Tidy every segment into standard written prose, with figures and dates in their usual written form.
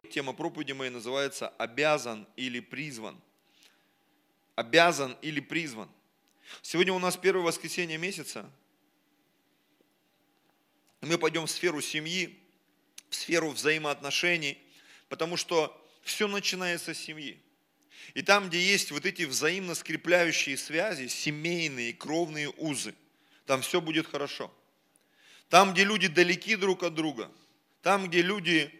Тема проповеди моей называется «Обязан или призван». Обязан или призван. Сегодня у нас первое воскресенье месяца. Мы пойдем в сферу семьи, в сферу взаимоотношений, потому что все начинается с семьи. И там, где есть вот эти взаимно скрепляющие связи, семейные, кровные узы, там все будет хорошо. Там, где люди далеки друг от друга, там, где люди,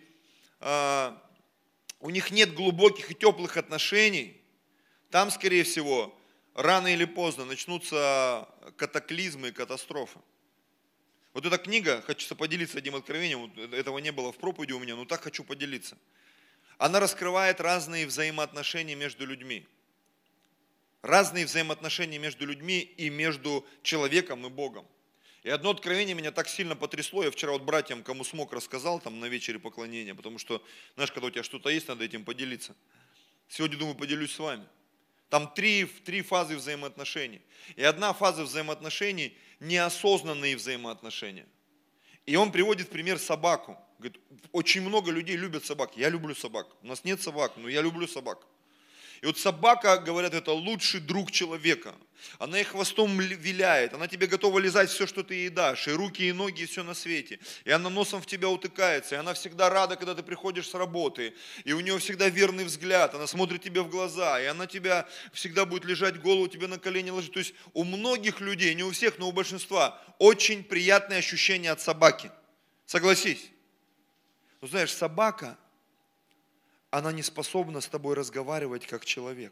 у них нет глубоких и теплых отношений, там, скорее всего, рано или поздно начнутся катаклизмы и катастрофы. Вот эта книга, хочу поделиться одним откровением, этого не было в проповеди у меня, но так хочу поделиться. Она раскрывает разные взаимоотношения между людьми. Разные взаимоотношения между людьми и между человеком и Богом. И одно откровение меня так сильно потрясло, я вчера вот братьям, кому смог, рассказал там на вечере поклонения, потому что, знаешь, когда у тебя что-то есть, надо этим поделиться. Сегодня, думаю, поделюсь с вами. Там три фазы взаимоотношений. И одна фаза взаимоотношений – неосознанные взаимоотношения. И он приводит в пример собаку. Говорит, очень много людей любят собак. Я люблю собак. У нас нет собак, но я люблю собак. И вот собака, говорят, это лучший друг человека. Она их хвостом виляет, она тебе готова лизать все, что ты ей дашь, и руки, и ноги, и все на свете. И она носом в тебя утыкается, и она всегда рада, когда ты приходишь с работы. И у нее всегда верный взгляд, она смотрит тебе в глаза, и она тебя всегда будет лежать, голову тебе на колени ложить. То есть у многих людей, не у всех, но у большинства, очень приятные ощущения от собаки. Согласись. Ну знаешь, собака, она не способна с тобой разговаривать как человек.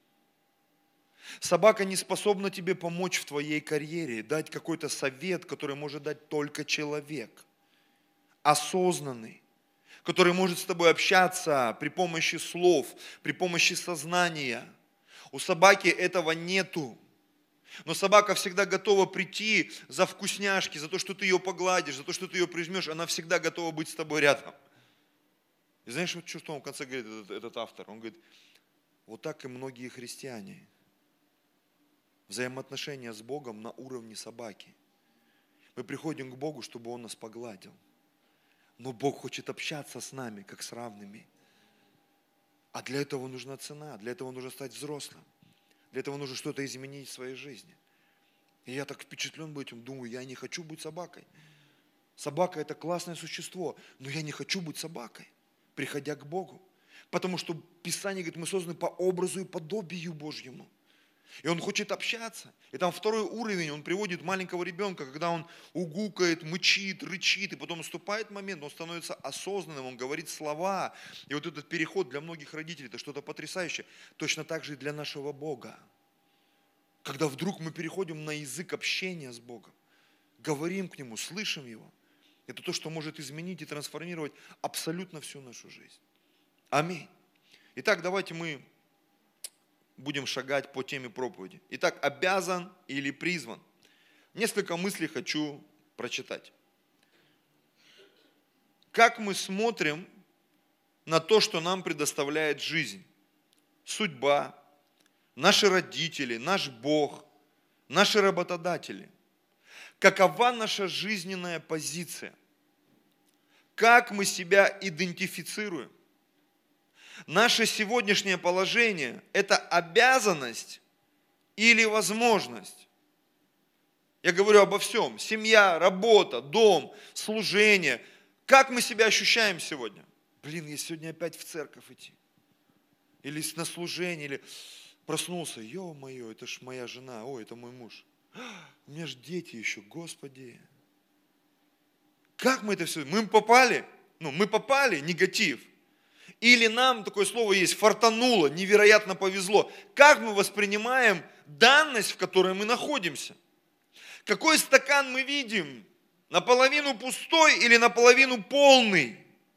Собака не способна тебе помочь в твоей карьере, дать какой-то совет, который может дать только человек. Осознанный, который может с тобой общаться при помощи слов, при помощи сознания. У собаки этого нету. Но собака всегда готова прийти за вкусняшки, за то, что ты ее погладишь, за то, что ты ее прижмешь. Она всегда готова быть с тобой рядом. И знаешь, вот что он в конце говорит, этот автор? Он говорит, вот так и многие христиане. Взаимоотношения с Богом на уровне собаки. Мы приходим к Богу, чтобы Он нас погладил. Но Бог хочет общаться с нами, как с равными. А для этого нужна цена, для этого нужно стать взрослым. Для этого нужно что-то изменить в своей жизни. И я так впечатлен был этим, думаю, я не хочу быть собакой. Собака – это классное существо, но я не хочу быть собакой, приходя к Богу. Потому что Писание говорит, мы созданы по образу и подобию Божьему. И Он хочет общаться. И там второй уровень, Он приводит маленького ребенка, когда он угукает, мычит, рычит, и потом наступает момент, он становится осознанным, он говорит слова. И вот этот переход для многих родителей, это что-то потрясающее. Точно так же и для нашего Бога. Когда вдруг мы переходим на язык общения с Богом, говорим к Нему, слышим Его. Это то, что может изменить и трансформировать абсолютно всю нашу жизнь. Аминь. Итак, давайте мы будем шагать по теме проповеди. Итак, обязан или призван? Несколько мыслей хочу прочитать. Как мы смотрим на то, что нам предоставляет жизнь, судьба, наши родители, наш Бог, наши работодатели? Какова наша жизненная позиция? Как мы себя идентифицируем? Наше сегодняшнее положение – это обязанность или возможность? Я говорю обо всем. Семья, работа, дом, служение. Как мы себя ощущаем сегодня? Блин, я сегодня опять в церковь идти. Или на служение, или проснулся. Ё-моё, это ж моя жена, ой, это мой муж. У меня же дети еще, Господи. Как мы это все? Мы попали? Мы попали, негатив. Или нам, такое слово есть, фартануло, невероятно повезло. Как мы воспринимаем данность, в которой мы находимся? Какой стакан мы видим? Наполовину пустой или наполовину полный?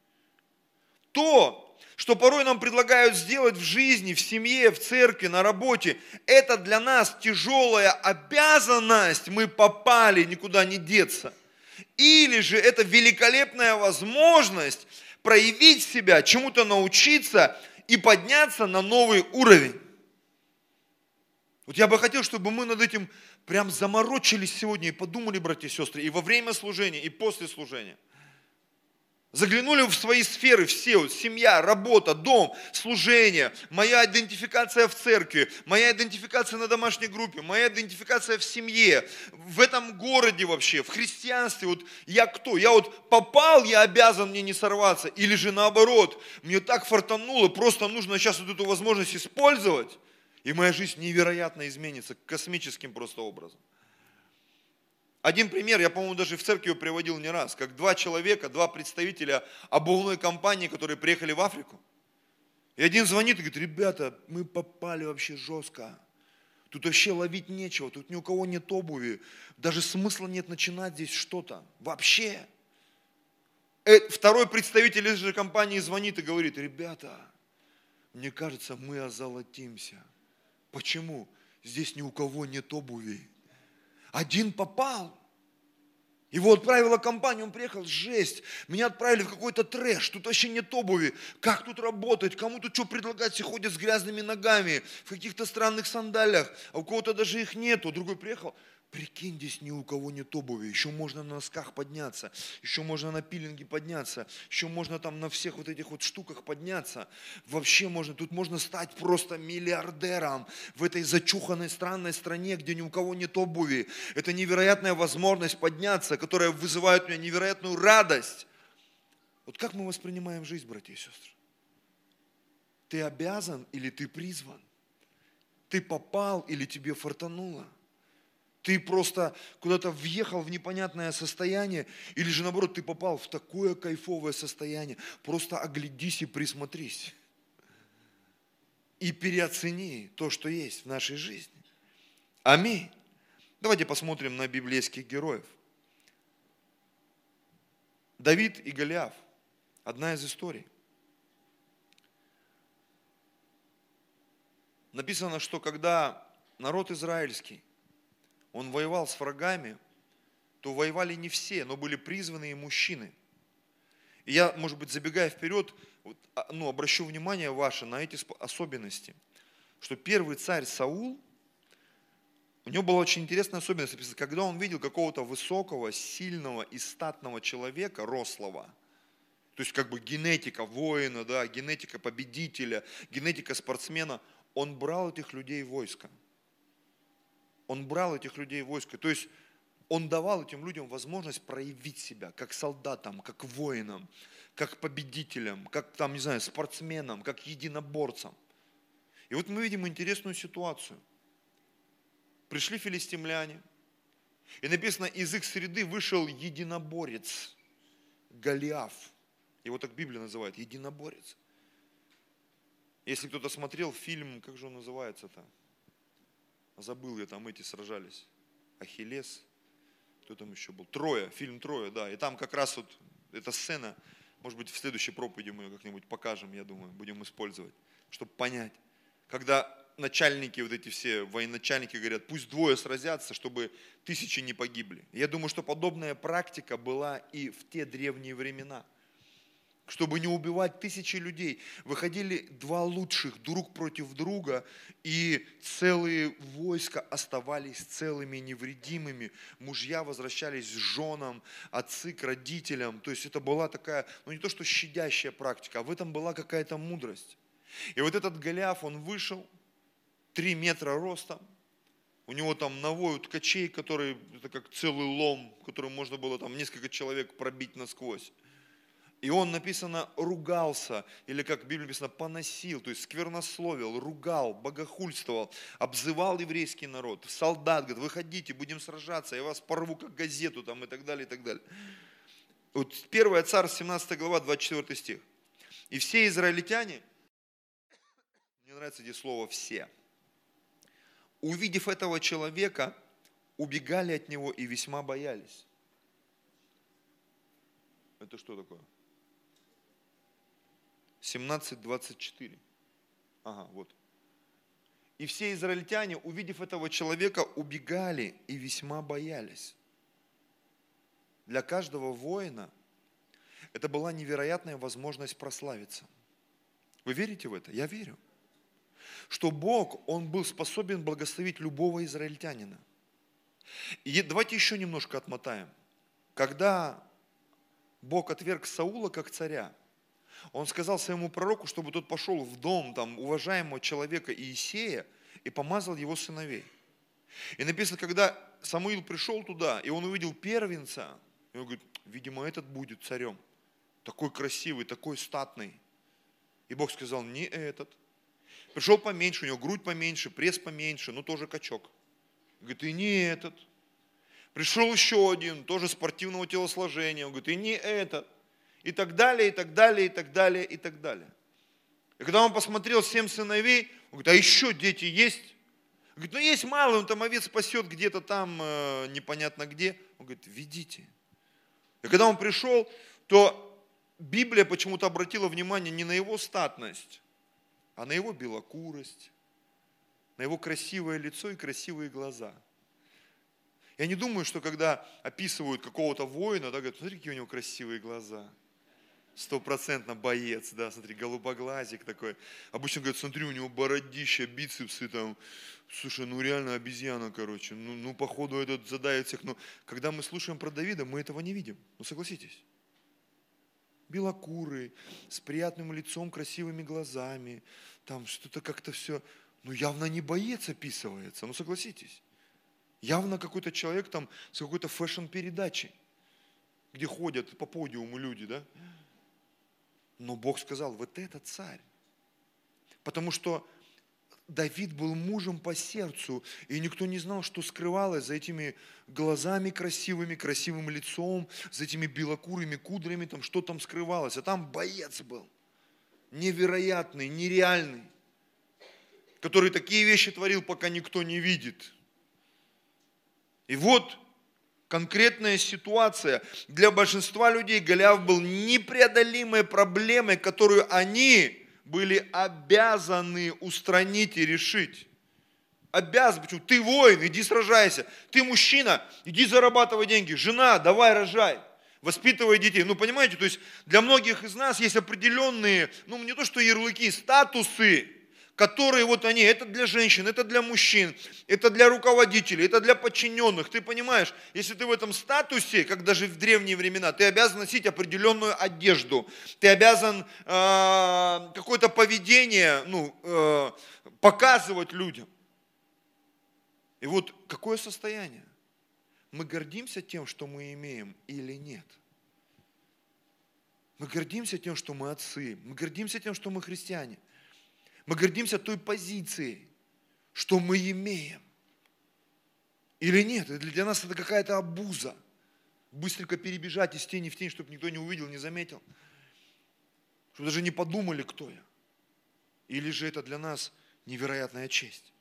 То, что порой нам предлагают сделать в жизни, в семье, в церкви, на работе, это для нас тяжелая обязанность, мы попали, никуда не деться. Или же это великолепная возможность проявить себя, чему-то научиться и подняться на новый уровень. Вот я бы хотел, чтобы мы над этим прям заморочились сегодня и подумали, братья и сестры, и во время служения, и после служения. Заглянули в свои сферы все, вот, семья, работа, дом, служение, моя идентификация в церкви, моя идентификация на домашней группе, моя идентификация в семье, в этом городе вообще, в христианстве. Вот я кто? Я вот попал, я обязан мне не сорваться. Или же наоборот, мне так фартануло, просто нужно сейчас вот эту возможность использовать, и моя жизнь невероятно изменится, космическим просто образом. Один пример, я, по-моему, даже в церкви его приводил не раз, как два человека, два представителя обувной компании, которые приехали в Африку. И один звонит и говорит: ребята, мы попали вообще жестко. Тут вообще ловить нечего, тут ни у кого нет обуви, даже смысла нет начинать здесь что-то. Вообще. Второй представитель этой же компании звонит и говорит: ребята, мне кажется, мы озолотимся. Почему? Здесь ни у кого нет обуви. Один попал. Его отправила компания, он приехал, жесть. Меня отправили в какой-то трэш, тут вообще нет обуви. Как тут работать, кому тут что предлагать, все ходят с грязными ногами, в каких-то странных сандалиях, а у кого-то даже их нету. Другой приехал, прикинь, здесь ни у кого нет обуви, еще можно на носках подняться, еще можно на пилинге подняться, еще можно там на всех вот этих вот штуках подняться. Вообще можно, тут можно стать просто миллиардером в этой зачуханной странной стране, где ни у кого нет обуви. Это невероятная возможность подняться, которая вызывает у меня невероятную радость. Вот как мы воспринимаем жизнь, братья и сестры? Ты обязан или ты призван? Ты попал или тебе фартануло? Ты просто куда-то въехал в непонятное состояние, или же наоборот, ты попал в такое кайфовое состояние. Просто оглядись и присмотрись. И переоцени то, что есть в нашей жизни. Аминь. Давайте посмотрим на библейских героев. Давид и Голиаф. Одна из историй. Написано, что когда народ израильский, он воевал с врагами, то воевали не все, но были призванные мужчины. И я, может быть, забегая вперед, обращу внимание ваше на эти особенности. Что первый царь Саул, у него была очень интересная особенность. Написано, когда он видел какого-то высокого, сильного и статного человека, рослого, то есть как бы генетика воина, да, генетика победителя, генетика спортсмена, он брал этих людей в войско. Он брал этих людей в войско. То есть он давал этим людям возможность проявить себя как солдатам, как воинам, как победителям, как там, не знаю, спортсменам, как единоборцам. И вот мы видим интересную ситуацию. Пришли филистимляне, и написано, из их среды вышел единоборец, Голиаф. Его так Библия называет, единоборец. Если кто-то смотрел фильм, как же он называется-то? Забыл я, там эти сражались. Ахиллес, кто там еще был? Троя, фильм Троя, да. И там как раз вот эта сцена, может быть, в следующей проповеди мы ее как-нибудь покажем, я думаю, будем использовать, чтобы понять. Когда начальники, вот эти все военачальники говорят, пусть двое сразятся, чтобы тысячи не погибли. Я думаю, что подобная практика была и в те древние времена. Чтобы не убивать тысячи людей, выходили два лучших друг против друга, и целые войска оставались целыми, невредимыми. Мужья возвращались к женам, отцы к родителям. То есть это была такая, не то что щадящая практика, а в этом была какая-то мудрость. И вот этот Голиаф, он вышел, 3 метра ростом, у него там навой у ткачей, который, это как целый лом, которым можно было там несколько человек пробить насквозь. И он, написано, ругался, или как в Библии написано, поносил, то есть сквернословил, ругал, богохульствовал, обзывал еврейский народ, солдат, говорит, выходите, будем сражаться, я вас порву как газету, там, и так далее, и так далее. Вот 1 Царь, 17 глава, 24 стих. И все израильтяне, мне нравится здесь слово «все», увидев этого человека, убегали от него и весьма боялись. Это что такое? 17:24. Ага, вот. И все израильтяне, увидев этого человека, убегали и весьма боялись. Для каждого воина это была невероятная возможность прославиться. Вы верите в это? Я верю. Что Бог, Он был способен благословить любого израильтянина. И давайте еще немножко отмотаем. Когда Бог отверг Саула как царя. Он сказал своему пророку, чтобы тот пошел в дом там, уважаемого человека Иисея и помазал его сыновей. И написано, когда Самуил пришел туда, и он увидел первенца, и он говорит, видимо, этот будет царем. Такой красивый, такой статный. И Бог сказал, не этот. Пришел поменьше, у него грудь поменьше, пресс поменьше, но тоже качок. Говорит, и не этот. Пришел еще один, тоже спортивного телосложения. Он говорит, и не этот. И так далее, и так далее, и так далее, и так далее. И когда он посмотрел 7 сыновей, он говорит, а еще дети есть? Он говорит, ну есть мало, он там овец пасет где-то там, непонятно где. Он говорит, ведите. И когда он пришел, то Библия почему-то обратила внимание не на его статность, а на его белокурость, на его красивое лицо и красивые глаза. Я не думаю, что когда описывают какого-то воина, да, говорят, смотри, какие у него красивые глаза. 100% боец, да, смотри, голубоглазик такой. Обычно говорят, смотри, у него бородища, бицепсы там. Слушай, ну реально обезьяна, короче. Ну походу этот задает всех. Но когда мы слушаем про Давида, мы этого не видим. Ну согласитесь. Белокурый, с приятным лицом, красивыми глазами. Там что-то как-то все. Ну явно не боец описывается. Ну согласитесь. Явно какой-то человек там с какой-то фэшн-передачи, где ходят по подиуму люди, да? Но Бог сказал, вот это царь. Потому что Давид был мужем по сердцу, и никто не знал, что скрывалось за этими глазами красивыми, красивым лицом, за этими белокурыми кудрями, там, что там скрывалось. А там боец был, невероятный, нереальный, который такие вещи творил, пока никто не видит. И вот конкретная ситуация. Для большинства людей Голиаф был непреодолимой проблемой, которую они были обязаны устранить и решить. Обязаны. Почему? Ты воин, иди сражайся. Ты мужчина, иди зарабатывай деньги. Жена, давай рожай. Воспитывай детей. Ну, понимаете, то есть для многих из нас есть определенные, ну, не то что ярлыки, статусы, которые вот они, это для женщин, это для мужчин, это для руководителей, это для подчиненных. Ты понимаешь, если ты в этом статусе, как даже в древние времена, ты обязан носить определенную одежду, ты обязан какое-то поведение показывать людям. И вот какое состояние? Мы гордимся тем, что мы имеем или нет? Мы гордимся тем, что мы отцы, мы гордимся тем, что мы христиане. Мы гордимся той позицией, что мы имеем. Или нет? Для нас это какая-то обуза. Быстренько перебежать из тени в тень, чтобы никто не увидел, не заметил. Чтобы даже не подумали, кто я. Или же это для нас невероятная честь.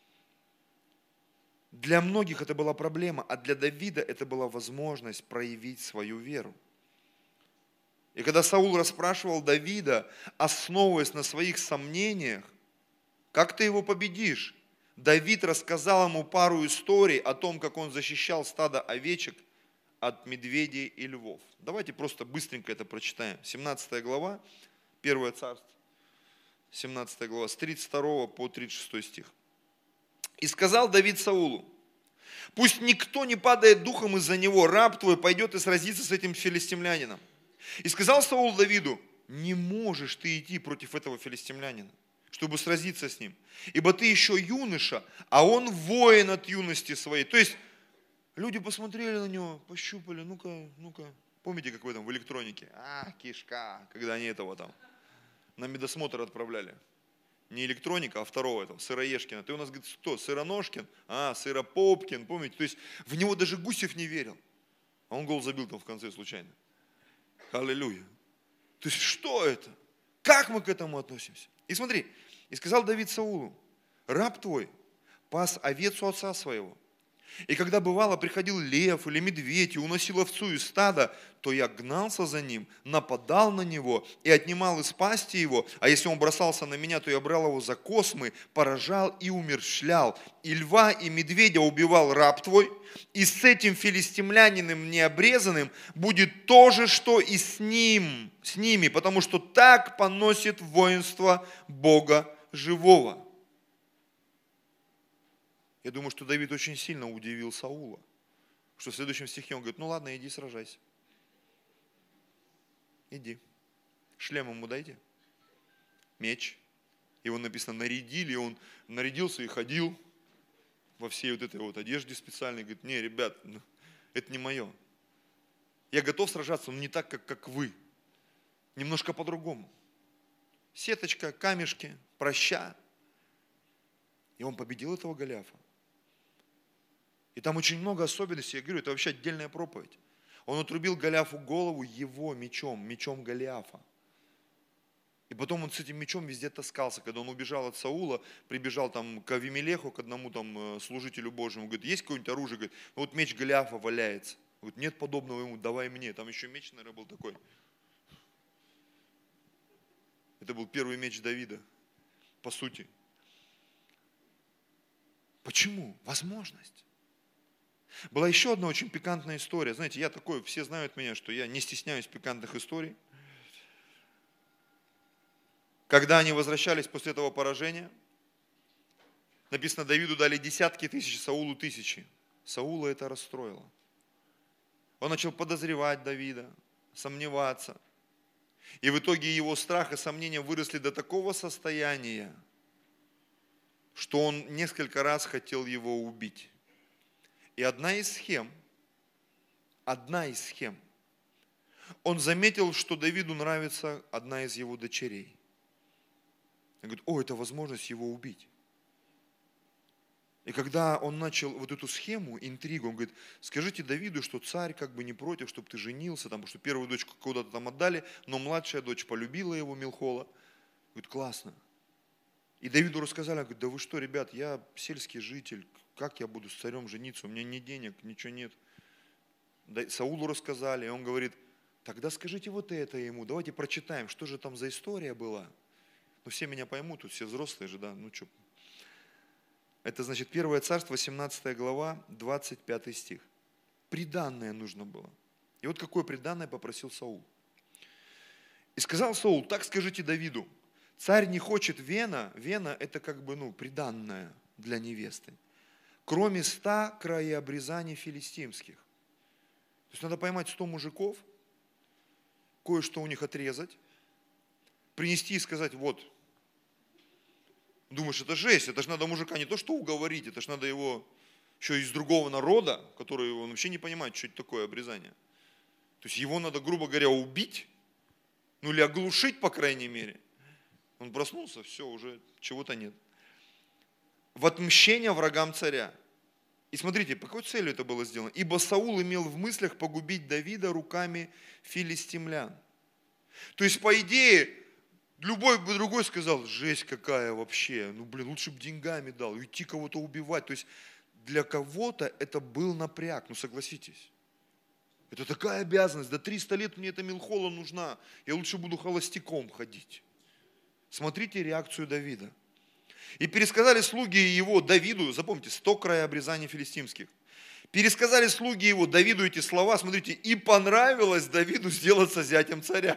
Для многих это была проблема, а для Давида это была возможность проявить свою веру. И когда Саул расспрашивал Давида, основываясь на своих сомнениях, как ты его победишь? Давид рассказал ему пару историй о том, как он защищал стадо овечек от медведей и львов. Давайте просто быстренько это прочитаем. 17 глава, 1 Царство, 17 глава, с 32 по 36 стих. «И сказал Давид Саулу, пусть никто не падает духом из-за него, раб твой пойдет и сразится с этим филистимлянином. И сказал Саул Давиду, не можешь ты идти против этого филистимлянина, чтобы сразиться с ним, ибо ты еще юноша, а он воин от юности своей». То есть люди посмотрели на него, пощупали, ну-ка. Помните, как в этом, в электронике? Кишка, когда они этого там на медосмотр отправляли. Не электроника, а второго этого, Сыроежкина. Ты у нас, говорит, что, Сыроножкин? Сыропопкин, помните? То есть в него даже Гусев не верил. А он гол забил там в конце случайно. Аллилуйя. То есть что это? Как мы к этому относимся? И смотри, и сказал Давид Саулу, раб твой пас овец у отца своего. И когда бывало приходил лев или медведь и уносил овцу из стада, то я гнался за ним, нападал на него и отнимал из пасти его. А если он бросался на меня, то я брал его за космы, поражал и умерщвлял. И льва, и медведя убивал раб твой. И с этим филистимлянином необрезанным будет то же, что и с ними, потому что так поносит воинство Бога живого. Я думаю, что Давид очень сильно удивил Саула, что в следующем стихе он говорит, ну ладно, иди сражайся. иди. Шлем ему дайте. Меч. Его написано нарядили, он нарядился и ходил во всей вот этой вот одежде специальной. Говорит, не, ребят, это не мое. Я готов сражаться, но не так, как вы. Немножко по-другому. Сеточка, камешки, проща. И он победил этого Голиафа. И там очень много особенностей. Я говорю, это вообще отдельная проповедь. Он отрубил Голиафу голову его мечом Голиафа. И потом он с этим мечом везде таскался. Когда он убежал от Саула, прибежал там к Авимелеху, к одному там служителю Божьему. Говорит, есть какое-нибудь оружие? Говорит, ну вот меч Голиафа валяется. Говорит, нет подобного ему, давай мне. Там еще меч, наверное, был такой. Это был первый меч Давида, по сути. Почему? Возможность. Была еще одна очень пикантная история. Знаете, я такой, все знают меня, что я не стесняюсь пикантных историй. Когда они возвращались после этого поражения, написано, Давиду дали десятки тысяч, Саулу тысячи. Саула это расстроило. Он начал подозревать Давида, сомневаться. И в итоге его страх и сомнения выросли до такого состояния, что он несколько раз хотел его убить. И одна из схем, он заметил, что Давиду нравится одна из его дочерей. Он говорит, это возможность его убить. И когда он начал вот эту схему, интригу, он говорит, скажите Давиду, что царь как бы не против, чтобы ты женился, потому что первую дочку куда-то там отдали, но младшая дочь полюбила его, Милхола. Говорит, классно. И Давиду рассказали, он говорит, да вы что, ребят, я сельский житель, как я буду с царем жениться, у меня ни денег, ничего нет. Саулу рассказали, и он говорит, тогда скажите вот это ему, давайте прочитаем, что же там за история была. Ну все меня поймут, тут все взрослые же, да, ну что. Это значит 1 Царство, 18 глава, 25 стих. Приданное нужно было. И вот какое приданное попросил Саул. И сказал Саул, так скажите Давиду, царь не хочет вена это как бы, приданное для невесты, кроме 100 краеобрезаний филистимских. То есть надо поймать 100 мужиков, кое-что у них отрезать, принести и сказать, вот. Думаешь, это жесть, это же надо мужика не то что уговорить, это же надо его еще из другого народа, который он вообще не понимает, что это такое обрезание. То есть его надо, грубо говоря, убить, или оглушить, по крайней мере. Он проснулся, все, уже чего-то нет. В отмщение врагам царя. И смотрите, по какой целью это было сделано? Ибо Саул имел в мыслях погубить Давида руками филистимлян. То есть, по идее, любой бы другой сказал, жесть какая вообще, лучше бы деньгами дал, идти кого-то убивать. То есть, для кого-то это был напряг, согласитесь. Это такая обязанность, до 300 лет мне эта Милхола нужна, я лучше буду холостяком ходить. Смотрите реакцию Давида. И пересказали слуги его Давиду, запомните, 100 краеобрезаний филистимских. Пересказали слуги его Давиду эти слова, смотрите, и понравилось Давиду сделаться зятем царя.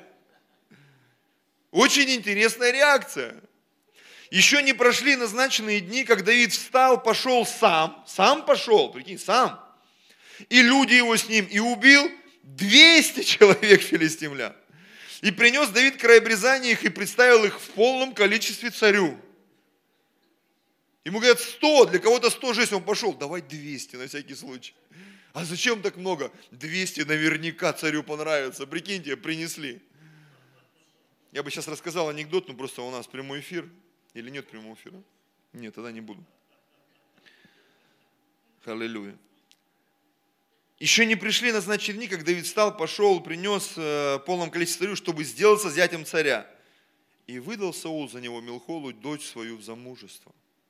Очень интересная реакция. Еще не прошли назначенные дни, как Давид встал, пошел сам пошел, прикинь, сам. И люди его с ним, и убил 200 человек филистимлян. И принес Давид краеобрезание их и представил их в полном количестве царю. Ему говорят 100, для кого-то 100 жесть, он пошел, давай 200 на всякий случай. А зачем так много? 200 наверняка царю понравится, прикиньте, принесли. Я бы сейчас рассказал анекдот, но просто у нас прямой эфир. Или нет прямого эфира? Нет, тогда не буду. Аллилуйя. Еще не пришли назначенные дни, как Давид встал, пошел, принес в полном количестве царю, чтобы сделаться зятем царя. И выдал Саул за него Милхолу, дочь свою в замужество.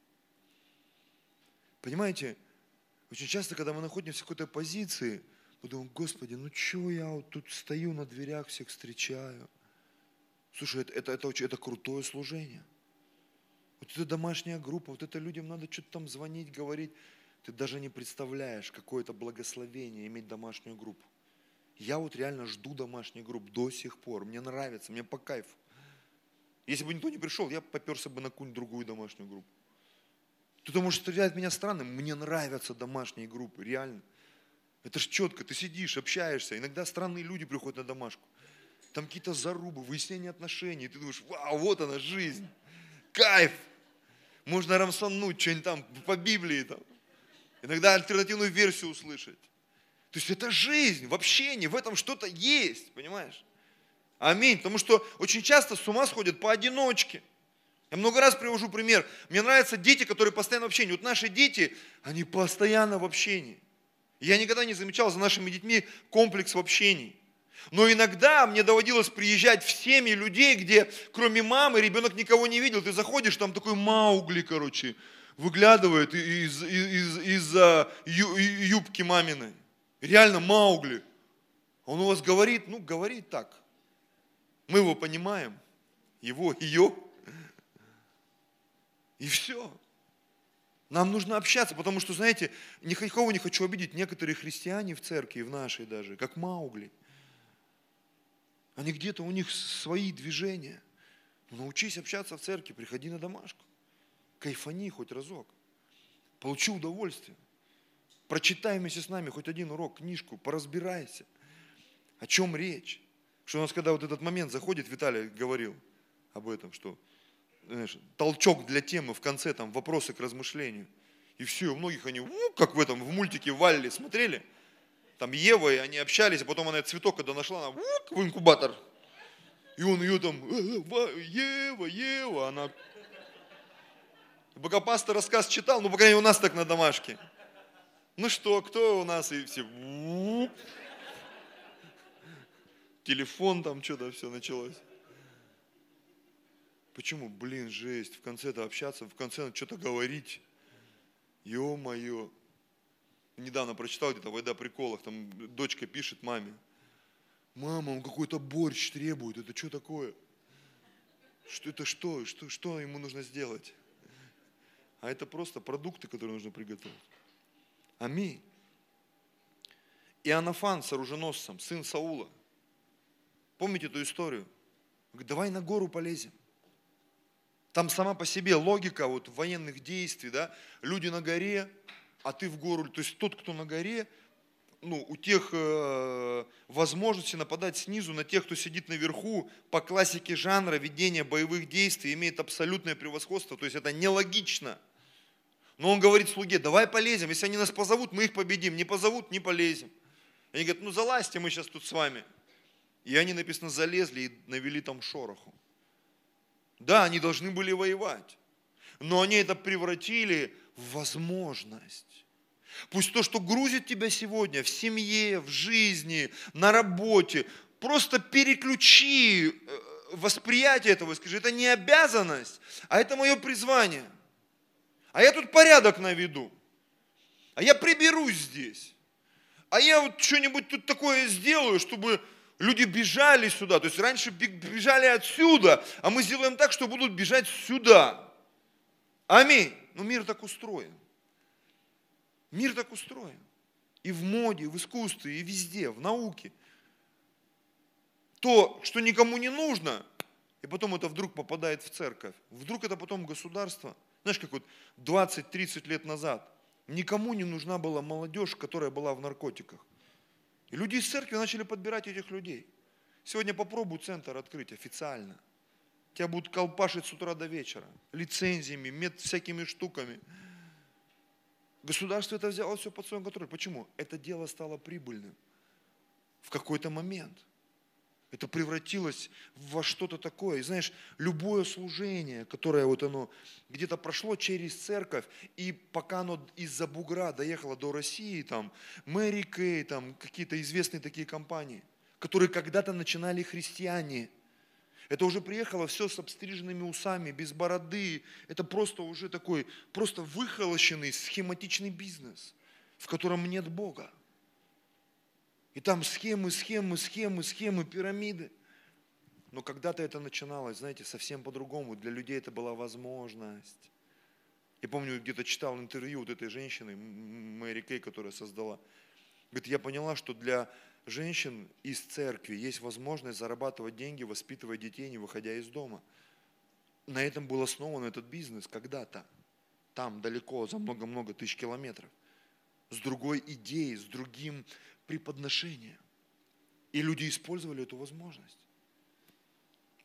Понимаете, очень часто, когда мы находимся в какой-то позиции, мы думаем, Господи, что я вот тут стою на дверях, всех встречаю. Слушай, это крутое служение. Вот это домашняя группа, вот это людям надо что-то там звонить, говорить. Ты даже не представляешь, какое это благословение иметь домашнюю группу. Я вот реально жду домашних групп до сих пор. Мне нравится, мне по кайфу. Если бы никто не пришел, я поперся бы на какую-нибудь другую домашнюю группу. Кто-то может встречать меня странным, мне нравятся домашние группы, реально. Это ж четко, ты сидишь, общаешься. Иногда странные люди приходят на домашку. там какие-то зарубы, выяснение отношений. И ты думаешь, вау, вот она жизнь, кайф. Можно рамсануть что-нибудь там по Библии. Там. Иногда альтернативную версию услышать. То есть это жизнь в общении, в этом что-то есть, понимаешь? Аминь. Потому что очень часто с ума сходят поодиночке. Я много раз привожу пример. Мне нравятся дети, которые постоянно в общении. Вот наши дети, они постоянно в общении. Я никогда не замечал за нашими детьми комплекс в общении. Но иногда мне доводилось приезжать в семьи людей, где кроме мамы ребенок никого не видел. Ты заходишь, там такой Маугли, выглядывает из юбки маминой. Реально Маугли. Он у вас говорит, говорит так. Мы его понимаем, ее. И все. Нам нужно общаться, потому что, знаете, никого не хочу обидеть. Некоторые христиане в церкви, в нашей даже, как Маугли. Они где-то, у них свои движения. Научись общаться в церкви, приходи на домашку. Кайфани хоть разок. Получи удовольствие. Прочитай вместе с нами хоть один урок, книжку, поразбирайся. О чем речь? Что у нас, когда вот этот момент заходит, Виталий говорил об этом, что знаешь, толчок для темы в конце, там, вопросы к размышлению. И все, у многих они, как в мультике Валли смотрели, там Ева, и они общались, а потом она цветок, когда нашла, она в инкубатор. И он ее там, Ева, она... Пока пастор рассказ читал, по крайней мере, у нас так на домашке. Ну что, кто у нас? И все... Телефон там, что-то все началось. Почему? Жесть, в конце-то общаться, в конце надо что-то говорить. Ё-моё. Недавно прочитал где-то в «Айда приколах», там дочка пишет маме. Мама, он какой-то борщ требует, это что такое? Что ему нужно сделать? А это просто продукты, которые нужно приготовить. Аминь. Иоаннафан с оруженосцем, сын Саула. Помните эту историю? Говорит, давай на гору полезем. Там сама по себе логика военных действий, да, люди на горе, а ты в гору. То есть тот, кто на горе, у тех возможности нападать снизу на тех, кто сидит наверху, по классике жанра ведения боевых действий имеет абсолютное превосходство. То есть это нелогично. Но он говорит слуге, давай полезем, если они нас позовут, мы их победим, не позовут, не полезем. Они говорят, залазьте, мы сейчас тут с вами. И они, написано, залезли и навели там шороху. Да, они должны были воевать, но они это превратили в возможность. Пусть то, что грузит тебя сегодня в семье, в жизни, на работе, просто переключи восприятие этого и скажи, это не обязанность, а это мое призвание. А я тут порядок наведу, а я приберусь здесь, а я что-нибудь тут такое сделаю, чтобы... Люди бежали сюда, то есть раньше бежали отсюда, а мы сделаем так, что будут бежать сюда. Аминь. Но мир так устроен. Мир так устроен. И в моде, и в искусстве, и везде, в науке. То, что никому не нужно, и потом это вдруг попадает в церковь. Вдруг это потом государство. Знаешь, как 20-30 лет назад никому не нужна была молодежь, которая была в наркотиках. И люди из церкви начали подбирать этих людей. Сегодня попробуй центр открыть официально. Тебя будут колпашить с утра до вечера. Лицензиями, всякими штуками. Государство это взяло все под свой контроль. Почему? Это дело стало прибыльным. В какой-то момент. Это превратилось во что-то такое. И знаешь, любое служение, которое оно где-то прошло через церковь, и пока оно из-за бугра доехало до России, там, Мэри Кей, там, какие-то известные такие компании, которые когда-то начинали христиане. Это уже приехало все с обстриженными усами, без бороды. Это просто уже такой, просто выхолощенный, схематичный бизнес, в котором нет Бога. И там схемы, пирамиды. Но когда-то это начиналось, знаете, совсем по-другому. Для людей это была возможность. Я помню, где-то читал интервью этой женщины, Мэри Кей, которая создала. Говорит, я поняла, что для женщин из церкви есть возможность зарабатывать деньги, воспитывать детей, не выходя из дома. На этом был основан этот бизнес когда-то. Там далеко, за много-много тысяч километров. С другой идеей, с другим преподношением. И люди использовали эту возможность.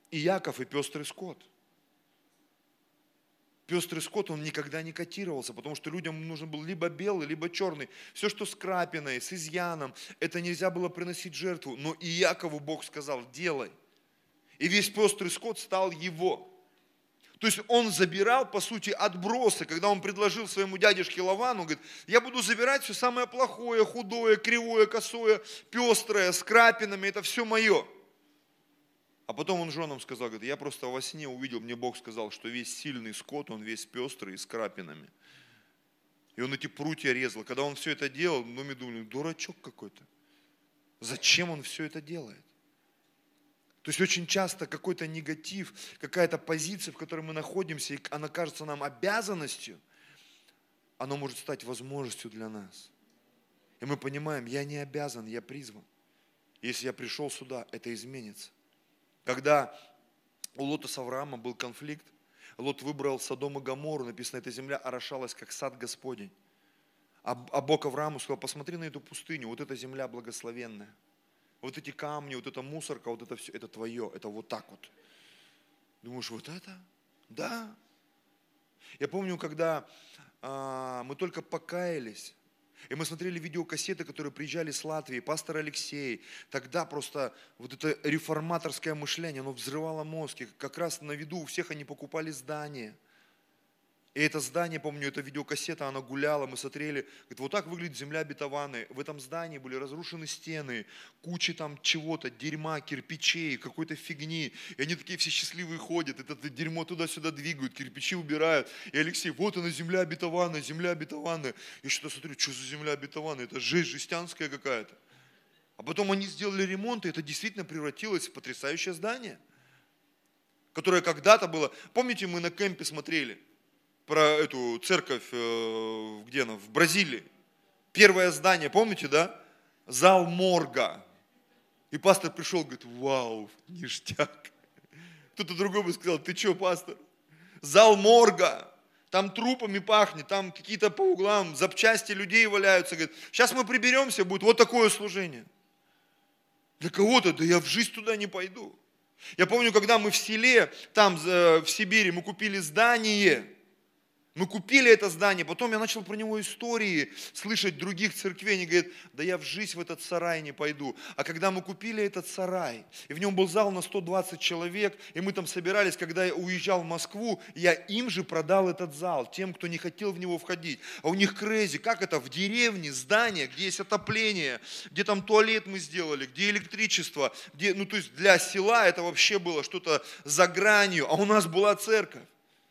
И Яков, и пестрый скот. Пестрый скот, он никогда не котировался, потому что людям нужен был либо белый, либо черный. Все, что с крапиной, с изъяном, это нельзя было приносить жертву. Но и Якову Бог сказал, делай. И весь пестрый скот стал его. То есть он забирал, по сути, отбросы. Когда он предложил своему дядюшке Лавану, говорит, я буду забирать все самое плохое, худое, кривое, косое, пестрое, с крапинами, это все мое. А потом он женам сказал, говорит, я просто во сне увидел, мне Бог сказал, что весь сильный скот, он весь пестрый, с крапинами. И он эти прутья резал. Когда он все это делал, мы думали, дурачок какой-то. Зачем он все это делает? То есть очень часто какой-то негатив, какая-то позиция, в которой мы находимся, и она кажется нам обязанностью, она может стать возможностью для нас. И мы понимаем, я не обязан, я призван. Если я пришел сюда, это изменится. Когда у Лота с Авраамом был конфликт, Лот выбрал Содом и Гоморру, написано, эта земля орошалась, как сад Господень. А Бог Аврааму сказал, посмотри на эту пустыню, вот эта земля благословенная. Вот эти камни, вот эта мусорка, вот это все, это твое, это вот так вот. Думаешь, вот это? Да. Я помню, когда мы только покаялись, и мы смотрели видеокассеты, которые приезжали с Латвии, пастор Алексей, тогда просто вот это реформаторское мышление, оно взрывало мозг, и как раз на виду у всех они покупали здания. И это здание, помню, эта видеокассета, она гуляла, мы смотрели, говорит, вот так выглядит земля обетованная. В этом здании были разрушены стены, куча там чего-то, дерьма, кирпичей, какой-то фигни. И они такие все счастливые ходят, это дерьмо туда-сюда двигают, кирпичи убирают. И Алексей, вот она земля обетованная, земля обетованная. Я что-то смотрю, что за земля обетованная, это жесть жестянская какая-то. А потом они сделали ремонт, и это действительно превратилось в потрясающее здание, которое когда-то было. Помните, мы на кемпе смотрели про эту церковь, где она, в Бразилии. Первое здание, помните, да? Зал морга. И пастор пришел, говорит, вау, ништяк. Кто-то другой бы сказал, ты что, пастор? Зал морга. Там трупами пахнет, там какие-то по углам запчасти людей валяются. Говорит, сейчас мы приберемся, будет вот такое служение. Для кого-то, да я в жизнь туда не пойду. Я помню, когда мы в селе, там в Сибири, мы купили здание. Мы купили это здание, потом я начал про него истории слышать других церквей. Они говорят, да я в жизнь в этот сарай не пойду. А когда мы купили этот сарай, и в нем был зал на 120 человек, и мы там собирались, когда я уезжал в Москву, я им же продал этот зал, тем, кто не хотел в него входить. А у них crazy, как это, в деревне здание, где есть отопление, где там туалет мы сделали, где электричество, где, ну то есть для села это вообще было что-то за гранью, а у нас была церковь.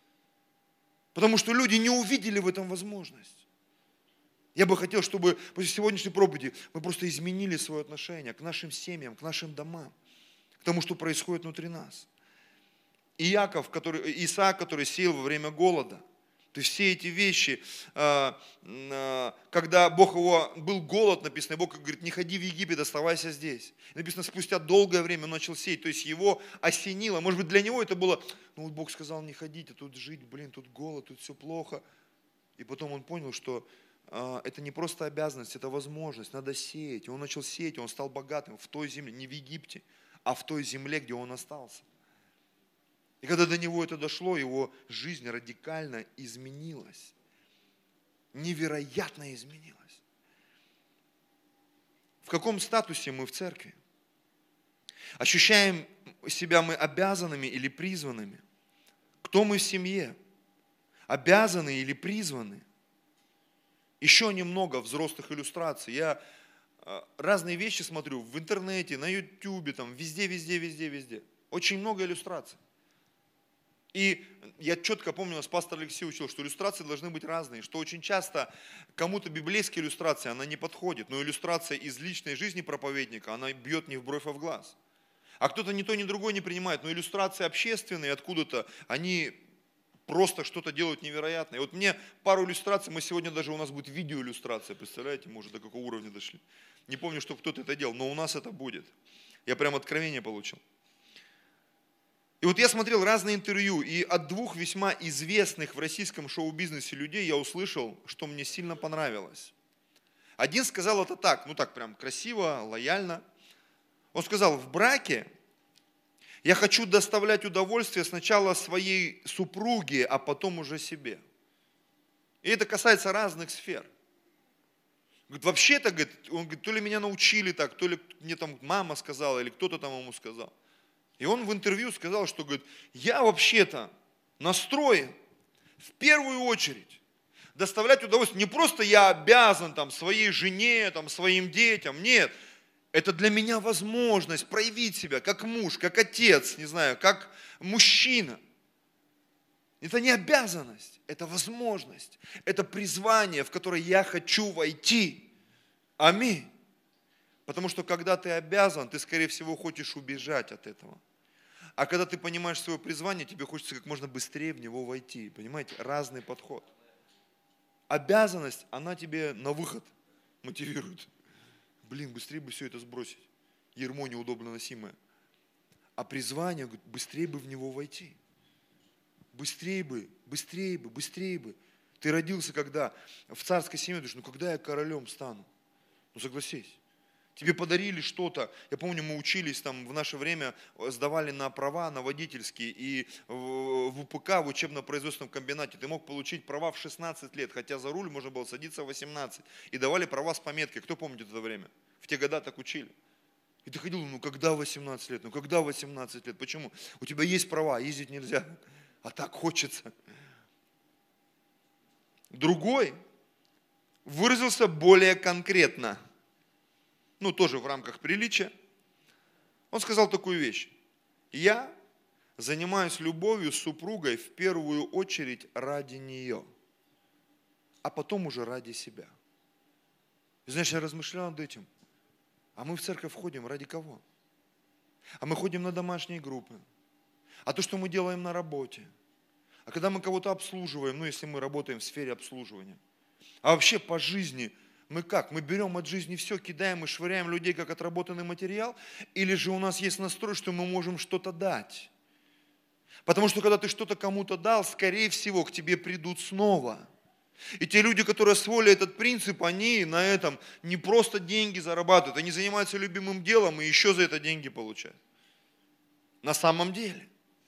Потому что люди не увидели в этом возможность. Я бы хотел, чтобы после сегодняшней проповеди мы просто изменили свое отношение к нашим семьям, к нашим домам, к тому, что происходит внутри нас. И Исаак, который сеял во время голода. То есть все эти вещи, когда был голод, написано, Бог говорит, не ходи в Египет, оставайся здесь. Написано, спустя долгое время он начал сеять, то есть его осенило. Может быть, для него это было, ну вот Бог сказал не ходить, а тут жить, тут голод, тут все плохо. И потом он понял, что это не просто обязанность, это возможность, надо сеять. И он начал сеять, и он стал богатым в той земле, не в Египте, а в той земле, где он остался. И когда до него это дошло, его жизнь радикально изменилась. Невероятно изменилась. В каком статусе мы в церкви? Ощущаем себя мы обязанными или призванными? Кто мы в семье? Обязаны или призваны? Еще немного взрослых иллюстраций. Я разные вещи смотрю в интернете, на ютубе, там, везде. Очень много иллюстраций. И я четко помню, нас пастор Алексей учил, что иллюстрации должны быть разные, что очень часто кому-то библейская иллюстрация, она не подходит, но иллюстрация из личной жизни проповедника, она бьет не в бровь, а в глаз. А кто-то ни то, ни другое не принимает, но иллюстрации общественные откуда-то, они просто что-то делают невероятное. И вот мне пару иллюстраций, мы сегодня даже у нас будет видеоиллюстрация, представляете, мы уже до какого уровня дошли. Не помню, что кто-то это делал, но у нас это будет. Я прям откровение получил. И вот я смотрел разные интервью, и от двух весьма известных в российском шоу-бизнесе людей я услышал, что мне сильно понравилось. Один сказал это так, ну так прям красиво, лояльно. Он сказал, в браке Я хочу доставлять удовольствие сначала своей супруге, а потом уже себе. И это касается разных сфер. Говорит, вообще-то, говорит, он говорит, то ли меня научили так, то ли мне там мама сказала, или кто-то там ему сказал. И он в интервью сказал, что, говорит, я вообще-то настроен в первую очередь доставлять удовольствие. Не просто я обязан там своей жене, там, своим детям, нет. Это для меня возможность проявить себя как муж, как отец, не знаю, как мужчина. Это не обязанность, это возможность, это призвание, в которое я хочу войти. Аминь. Потому что когда ты обязан, ты, скорее всего, хочешь убежать от этого. А когда ты понимаешь свое призвание, тебе хочется как можно быстрее в него войти. Понимаете, разный подход. Обязанность, она тебе на выход мотивирует. Блин, быстрее бы все это сбросить. Ярмо неудобно носимое. А призвание, говорит, быстрее бы в него войти. Быстрее бы, быстрее бы, быстрее бы. Ты родился когда? В царской семье, думаешь, ну когда я королем стану? Ну согласись. Тебе подарили что-то. Я помню, мы учились там в наше время, сдавали на права, на водительские. И в УПК, в учебно-производственном комбинате, ты мог получить права в 16 лет, хотя за руль можно было садиться в 18. И давали права с пометкой. Кто помнит это время? В те года так учили. И ты ходил, ну когда 18 лет? Ну когда 18 лет? Почему? У тебя есть права, ездить нельзя. А так хочется. Другой выразился более конкретно. Ну, тоже в рамках приличия. Он сказал такую вещь. Я занимаюсь любовью с супругой в первую очередь ради нее, а потом уже ради себя. И знаешь, я размышлял над этим. А мы в церковь ходим ради кого? А мы ходим на домашние группы. А то, что мы делаем на работе. А когда мы кого-то обслуживаем, ну, если мы работаем в сфере обслуживания. А вообще по жизни мы как? Мы берем от жизни все, кидаем и швыряем людей, как отработанный материал? Или же у нас есть настрой, что мы можем что-то дать? Потому что когда ты что-то кому-то дал, скорее всего, к тебе придут снова. И те люди, которые освоили этот принцип, они на этом не просто деньги зарабатывают, они занимаются любимым делом и еще за это деньги получают. На самом деле.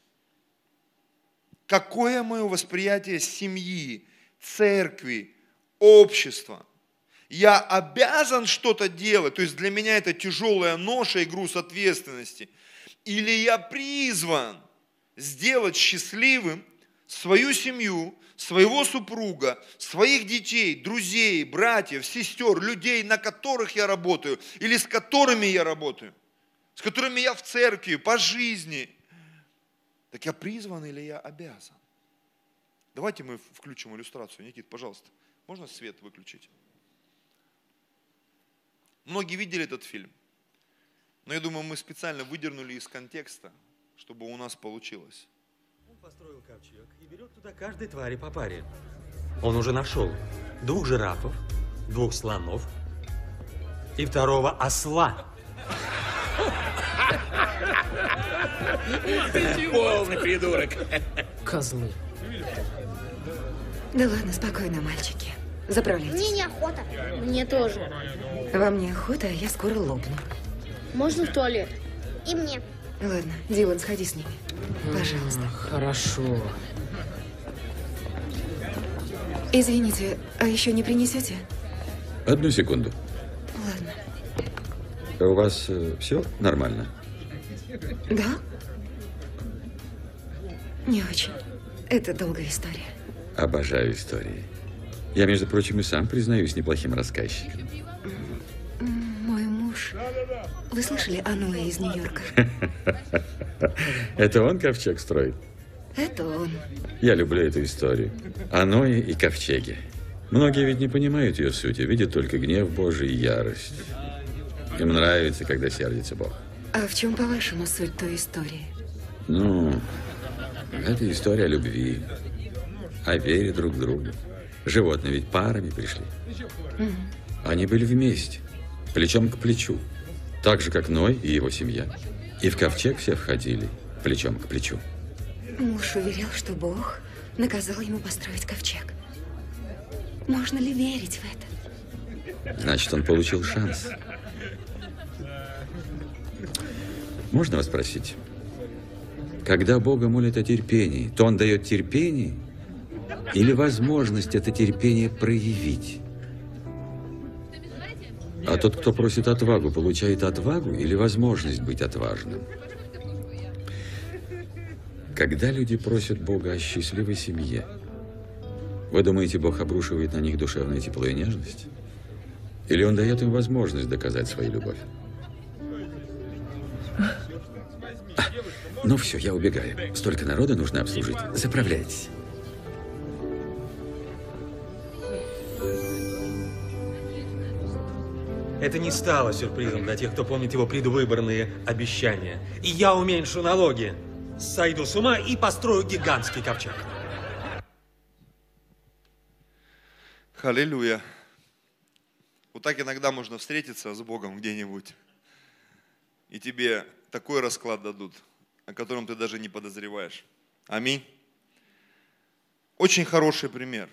Какое мое восприятие семьи, церкви, общества? Я обязан что-то делать, то есть для меня это тяжелая ноша и груз ответственности. Или я призван сделать счастливым свою семью, своего супруга, своих детей, друзей, братьев, сестер, людей, на которых я работаю, или с которыми я работаю, с которыми я в церкви, по жизни. Так я призван или я обязан? Давайте мы включим иллюстрацию. Никит, пожалуйста, можно свет выключить? Многие видели этот фильм, но я думаю, мы специально выдернули из контекста, чтобы у нас получилось. Он построил ковчег и берет туда каждой твари по паре. Он уже нашел 2 жирафов, 2 слонов и 2 осла. Полный придурок. Козлы. Да ладно, спокойно, мальчики. Заправляйтесь. Мне неохота. Мне тоже. Вам неохота, а я скоро лопну. Можно в туалет? И мне. Ладно, Дилан, сходи с ними. Пожалуйста. Хорошо. Извините, а еще не принесете? Одну секунду. Ладно. У вас все нормально? Да? Не очень. Это долгая история. Обожаю истории. Я, между прочим, и сам признаюсь неплохим рассказчиком. Мой муж... Вы слышали о Ное из Нью-Йорка? Это он ковчег строит? Это он. Я люблю эту историю. О Ное и ковчеге. Многие ведь не понимают ее сути, видят только гнев Божий и ярость. Им нравится, когда сердится Бог. А в чем, по-вашему, суть той истории? Ну, это история о любви, о вере друг к другу. Животные ведь парами пришли. Они были вместе, плечом к плечу. Так же, как Ной и его семья. И в ковчег все входили плечом к плечу. Муж уверял, что Бог наказал ему построить ковчег. Можно ли верить в это? Значит, он получил шанс. Можно вас спросить, Когда Бога молят о терпении, то Он дает терпение или возможность это терпение проявить. А тот, кто просит отвагу, получает отвагу или возможность быть отважным. Когда люди просят Бога о счастливой семье, вы думаете, Бог обрушивает на них душевное тепло и нежность? Или Он дает им возможность доказать свою любовь? Ну все, я убегаю. Столько народа нужно обслужить. Заправляйтесь. Это не стало сюрпризом для тех, кто помнит его предвыборные обещания. И я уменьшу налоги, сойду с ума и построю гигантский ковчег. Аллилуйя. Вот так иногда можно встретиться с Богом где-нибудь, и тебе такой расклад дадут, о котором ты даже не подозреваешь. Аминь. Очень хороший пример.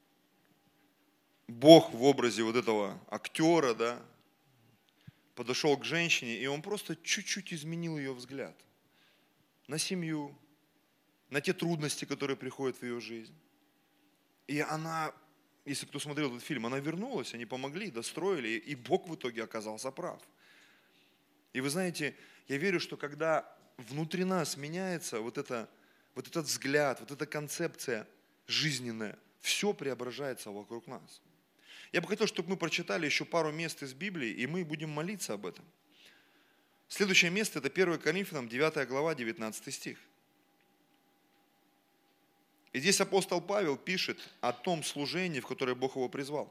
Бог в образе вот этого актера, да, подошел к женщине, и он просто чуть-чуть изменил ее взгляд на семью, на те трудности, которые приходят в ее жизнь. И она, если кто смотрел этот фильм, она вернулась, они помогли, достроили, и Бог в итоге оказался прав. И вы знаете, я верю, что когда внутри нас меняется вот этот взгляд, вот эта концепция жизненная, все преображается вокруг нас. Я бы хотел, чтобы мы прочитали еще пару мест из Библии, и мы будем молиться об этом. Следующее место – это 1 Коринфянам, 9 глава, 19 стих. И здесь апостол Павел пишет о том служении, в которое Бог его призвал.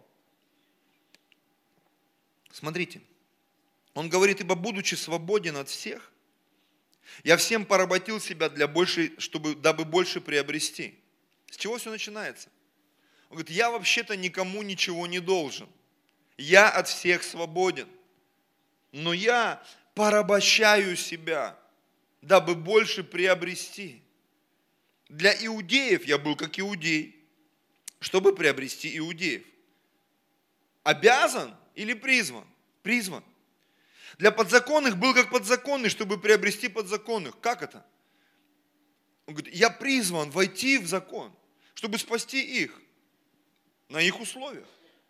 Смотрите, он говорит: «Ибо, будучи свободен от всех, я всем поработил себя дабы больше приобрести». С чего все начинается? Он говорит: я вообще-то никому ничего не должен. Я от всех свободен. Но я порабощаю себя, дабы больше приобрести. Для иудеев я был как иудей, чтобы приобрести иудеев. Обязан или призван? Призван. Для подзаконных был как подзаконный, чтобы приобрести подзаконных. Как это? Он говорит: я призван войти в закон, чтобы спасти их на их условиях.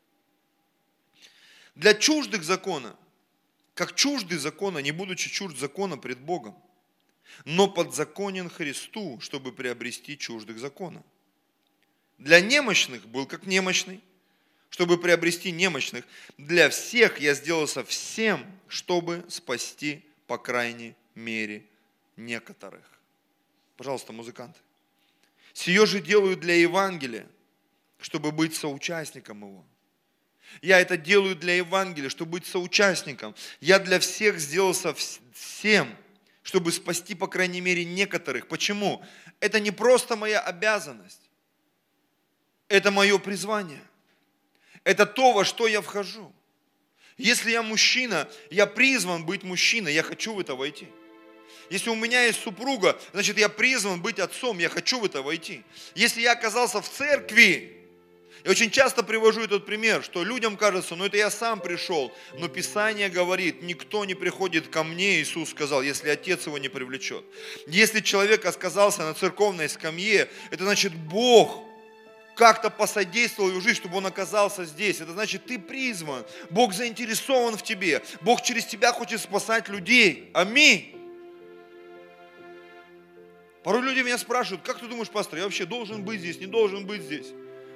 Для чуждых закона, как чуждый закона, не будучи чужд закона пред Богом, но подзаконен Христу, чтобы приобрести чуждых закона. Для немощных был как немощный, чтобы приобрести немощных. Для всех я сделался всем, чтобы спасти, по крайней мере, некоторых. Пожалуйста, музыканты. Сие же делаю для Евангелия, чтобы быть соучастником его. Я это делаю для Евангелия, чтобы быть соучастником. Я для всех сделался всем, чтобы спасти, по крайней мере, некоторых. Почему? Это не просто моя обязанность. Это мое призвание. Это то, во что я вхожу. Если я мужчина, я призван быть мужчиной, я хочу в это войти. Если у меня есть супруга, значит, я призван быть отцом, я хочу в это войти. Если я оказался в церкви, я очень часто привожу этот пример, что людям кажется: это я сам пришел. Но Писание говорит: никто не приходит ко мне, Иисус сказал, если Отец его не привлечет. Если человек оказался на церковной скамье, это значит, Бог как-то посодействовал его жизни, чтобы он оказался здесь. Это значит, ты призван. Бог заинтересован в тебе. Бог через тебя хочет спасать людей. Аминь. Порой люди меня спрашивают: как ты думаешь, пастор, я вообще должен быть здесь, не должен быть здесь?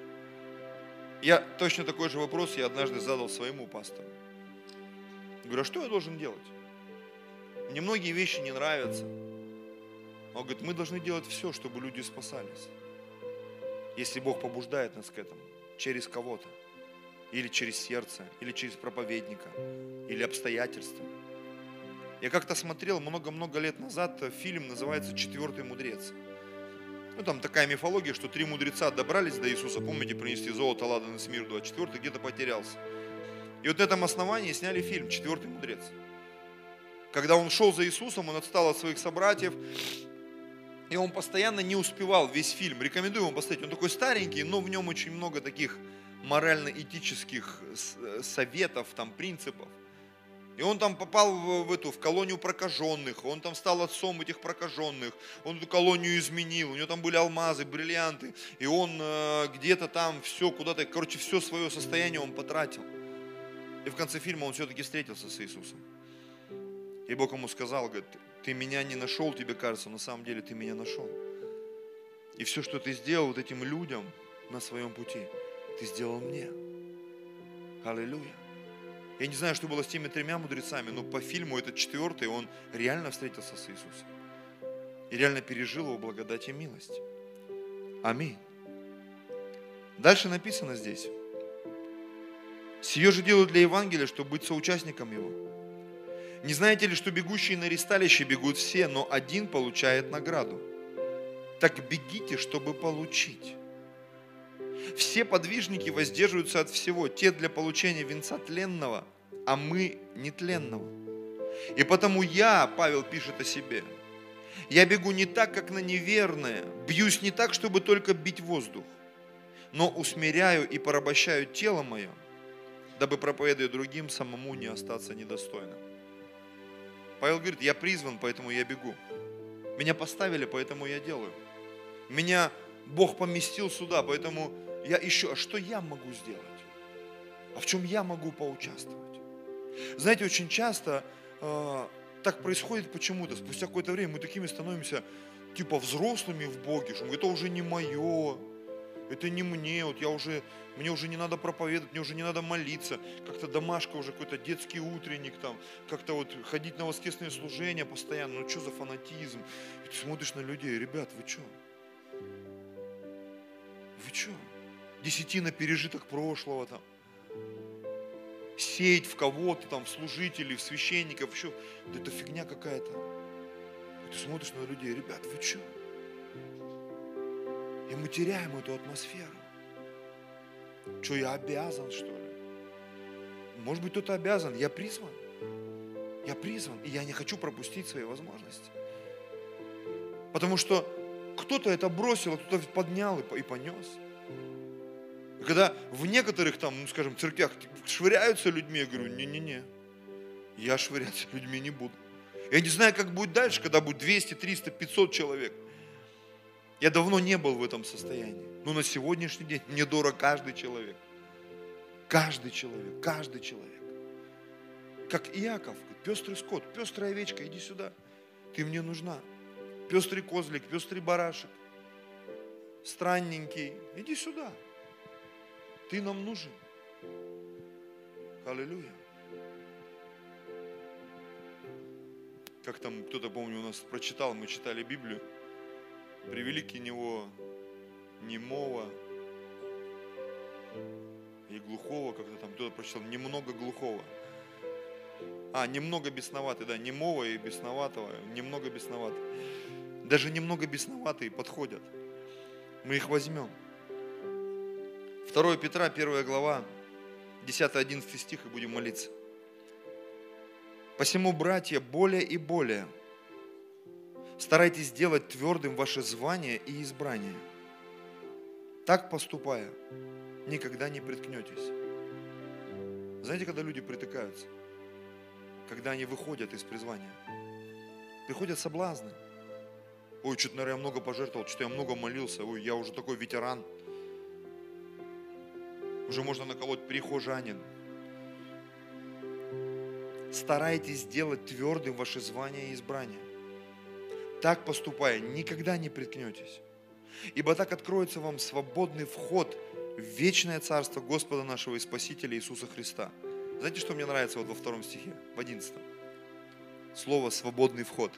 Я точно такой же вопрос я однажды задал своему пастору. Говорю: а что я должен делать? Мне многие вещи не нравятся. Он говорит: мы должны делать все, чтобы люди спасались. Если Бог побуждает нас к этому, через кого-то, или через сердце, или через проповедника, или обстоятельства. Я как-то смотрел много-много лет назад фильм, называется «Четвертый мудрец». Там такая мифология, что 3 мудреца добрались до Иисуса, помните, принести золото, ладан и смирду, а 4-й где-то потерялся. И вот на этом основании сняли фильм «Четвертый мудрец». Когда он шел за Иисусом, он отстал от своих собратьев, и он постоянно не успевал весь фильм. Рекомендую вам посмотреть. Он такой старенький, но в нем очень много таких морально-этических советов, принципов. И он там попал в колонию прокаженных, он там стал отцом этих прокаженных, он эту колонию изменил, у него там были алмазы, бриллианты, и он где-то там все куда-то, короче, все свое состояние он потратил. И в конце фильма он все-таки встретился с Иисусом. И Бог ему сказал, говорит, ты меня не нашел, тебе кажется, на самом деле ты меня нашел. И все, что ты сделал вот этим людям на своем пути, ты сделал мне. Аллилуйя. Я не знаю, что было с теми 3 мудрецами, но по фильму этот 4-й, он реально встретился с Иисусом. И реально пережил его благодать и милость. Аминь. Дальше написано здесь. Сие же делают для Евангелия, чтобы быть соучастником его. Не знаете ли, что бегущие на ресталище бегут все, но один получает награду? Так бегите, чтобы получить. Все подвижники воздерживаются от всего, те для получения венца тленного, а мы нетленного. И потому я, Павел пишет о себе, я бегу не так, как на неверное, бьюсь не так, чтобы только бить воздух, но усмиряю и порабощаю тело мое, дабы, проповедуя другим, самому не остаться недостойным. Павел говорит, я призван, поэтому я бегу. Меня поставили, поэтому я делаю. Меня Бог поместил сюда, поэтому я ищу, а что я могу сделать? А в чем я могу поучаствовать? Знаете, очень часто так происходит почему-то. Спустя какое-то время мы такими становимся типа взрослыми в Боге, что это уже не мое, это не мне, мне уже не надо проповедовать, мне уже не надо молиться, как-то домашка уже какой-то детский утренник, там, как-то вот ходить на воскресные служения постоянно, ну что за фанатизм? И ты смотришь на людей, ребят, вы что? Вы что? 10 пережиток прошлого там. Сеять в кого-то там, в служителей, в священников, еще. Да это фигня какая-то. И ты смотришь на людей, ребят, вы что? И мы теряем эту атмосферу. Что, я обязан, что ли? Может быть, кто-то обязан. Я призван. Я призван. И я не хочу пропустить свои возможности. Потому что кто-то это бросил, а кто-то поднял и понес. И когда в некоторых там, ну скажем, церквях швыряются людьми, я говорю, не-не-не, я швыряться людьми не буду. Я не знаю, как будет дальше, когда будет 200, 300, 500 человек. Я давно не был в этом состоянии. Но на сегодняшний день мне дорог каждый человек. Каждый человек, каждый человек. Как Иаков, пестрый скот, пестрая овечка, иди сюда. Ты мне нужна. Пестрый козлик, пестрый барашек. Странненький, иди сюда. Ты нам нужен. Аллилуйя. Как там кто-то, помню, у нас прочитал, мы читали Библию. Привели к него немого и глухого, как-то там кто-то прочитал, немного глухого. Немного бесноватый, да, немого и бесноватого, немного бесноватый. Даже немного бесноватые подходят. Мы их возьмем. 2 Петра, 1 глава, 10-11 стих, и будем молиться. Посему, братья, более и более старайтесь сделать твердым ваше звание и избрание. Так поступая, никогда не приткнетесь. Знаете, когда люди притыкаются? Когда они выходят из призвания. Приходят соблазны. Ой, что-то, наверное, я много пожертвовал, что-то я много молился, ой, я уже такой ветеран. Уже можно наколоть прихожанин. Старайтесь сделать твердым ваше звание и избрание. Так поступая, никогда не приткнетесь. Ибо так откроется вам свободный вход в вечное царство Господа нашего и Спасителя Иисуса Христа. Знаете, что мне нравится вот во 2 стихе, в 11? Слово «свободный вход».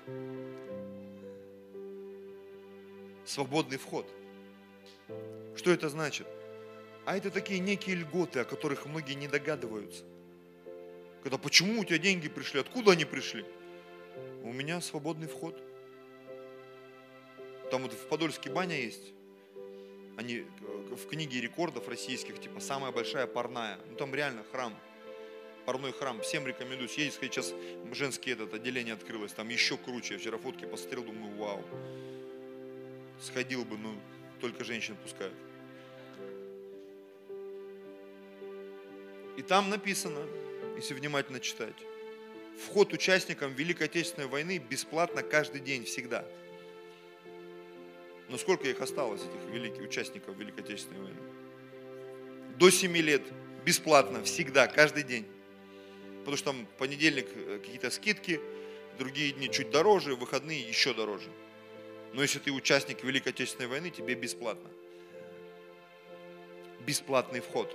Свободный вход. Что это значит? А это такие некие льготы, о которых многие не догадываются. Когда почему у тебя деньги пришли, откуда они пришли? У меня свободный вход. Там вот в Подольске баня есть. Они в книге рекордов российских, типа самая большая парная. Ну там реально храм, парной храм. Всем рекомендую съездить, сказать, сейчас женское отделение открылось, там еще круче. Я вчера фотки посмотрел, думаю, вау. Сходил бы, но только женщин пускают. И там написано, если внимательно читать, вход участникам Великой Отечественной войны бесплатно каждый день, всегда. Но сколько их осталось, этих участников Великой Отечественной войны? До 7 лет бесплатно, всегда, каждый день. Потому что там в понедельник какие-то скидки, другие дни чуть дороже, выходные еще дороже. Но если ты участник Великой Отечественной войны, тебе бесплатно. Бесплатный вход.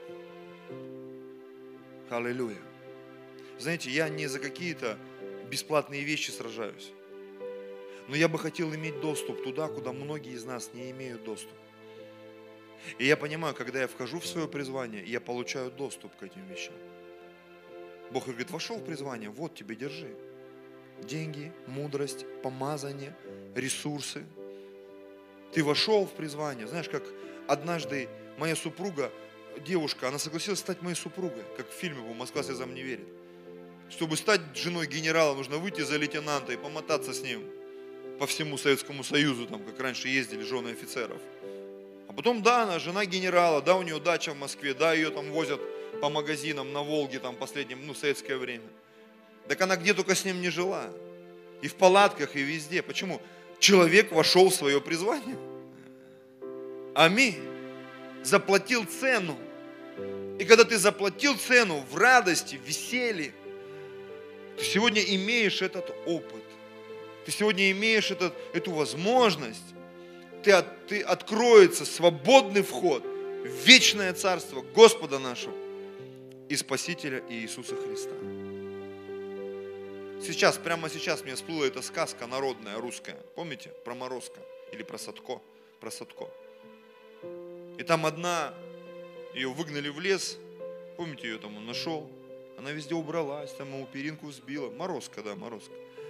Аллилуйя. Знаете, я не за какие-то бесплатные вещи сражаюсь. Но я бы хотел иметь доступ туда, куда многие из нас не имеют доступа. И я понимаю, когда я вхожу в свое призвание, я получаю доступ к этим вещам. Бог говорит, вошел в призвание, вот тебе, держи. Деньги, мудрость, помазание, ресурсы. Ты вошел в призвание. Знаешь, как однажды моя супруга, девушка, она согласилась стать моей супругой, как в фильме «Москва слезам не верит». Чтобы стать женой генерала, нужно выйти за лейтенанта и помотаться с ним по всему Советскому Союзу, там, как раньше ездили жены офицеров. А потом, да, она жена генерала, да, у нее дача в Москве, да, ее там возят по магазинам на Волге, там, последнем, советское время. Так она где только с ним не жила. И в палатках, и везде. Почему? Человек вошел в свое призвание. Аминь. Заплатил цену. И когда ты заплатил цену в радости, в веселье, ты сегодня имеешь этот опыт. Ты сегодня имеешь эту возможность. Ты откроется свободный вход в вечное царство Господа нашего и Спасителя Иисуса Христа. Сейчас, прямо сейчас мне всплыла эта сказка народная, русская. Помните? Про Морозко или про Садко. Про Садко. И там одна, ее выгнали в лес. Помните, ее там он нашел. Она везде убралась, там ему перинку взбила. Морозко, да, Морозко.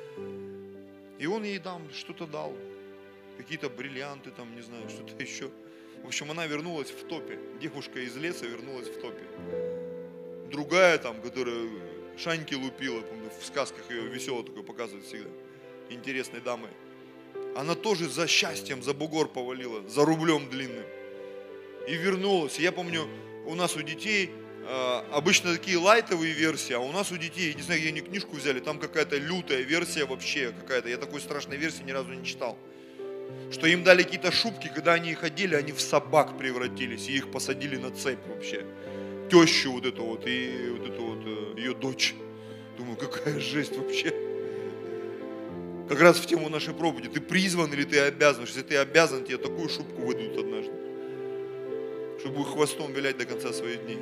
И он ей там что-то дал. Какие-то бриллианты, там, не знаю, что-то еще. В общем, она вернулась в топе. Девушка из леса вернулась в топе. Другая там, которая шаньки лупила, помню, в сказках ее весело такое показывают всегда. Интересной дамой. Она тоже за счастьем, за бугор повалила, за рублем длинным. И вернулась. Я помню, у нас у детей обычно такие лайтовые версии, а у нас у детей, не знаю, где они книжку взяли, там какая-то лютая версия вообще какая-то. Я такой страшной версии ни разу не читал. Что им дали какие-то шубки, когда они их одели, они в собак превратились, и их посадили на цепь вообще. Тещу вот эту вот, и вот эту вот ее дочь. Думаю, какая жесть вообще. Как раз в тему нашей проповеди. Ты призван или ты обязан? Если ты обязан, тебе такую шубку выдадут однажды. Чтобы хвостом вилять до конца своих дней.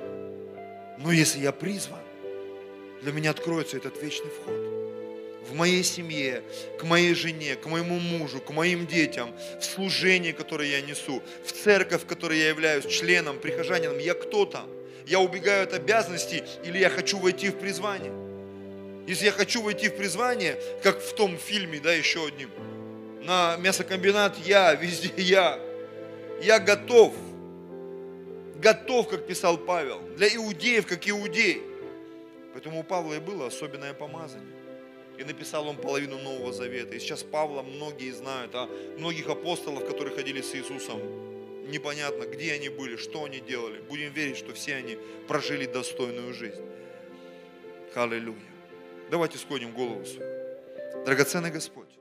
Но если я призван, для меня откроется этот вечный вход. В моей семье, к моей жене, к моему мужу, к моим детям, в служение, которое я несу, в церковь, в которой я являюсь членом, прихожанином. Я кто там? Я убегаю от обязанностей или я хочу войти в призвание? Если я хочу войти в призвание, как в том фильме, да, еще одним, на мясокомбинат я, везде я готов. Готов, как писал Павел, для иудеев, как иудей. Поэтому у Павла и было особенное помазание. И написал он половину Нового Завета. И сейчас Павла многие знают, а многих апостолов, которые ходили с Иисусом, непонятно, где они были, что они делали. Будем верить, что все они прожили достойную жизнь. Аллилуйя. Давайте склоним голову свою. Драгоценный Господь.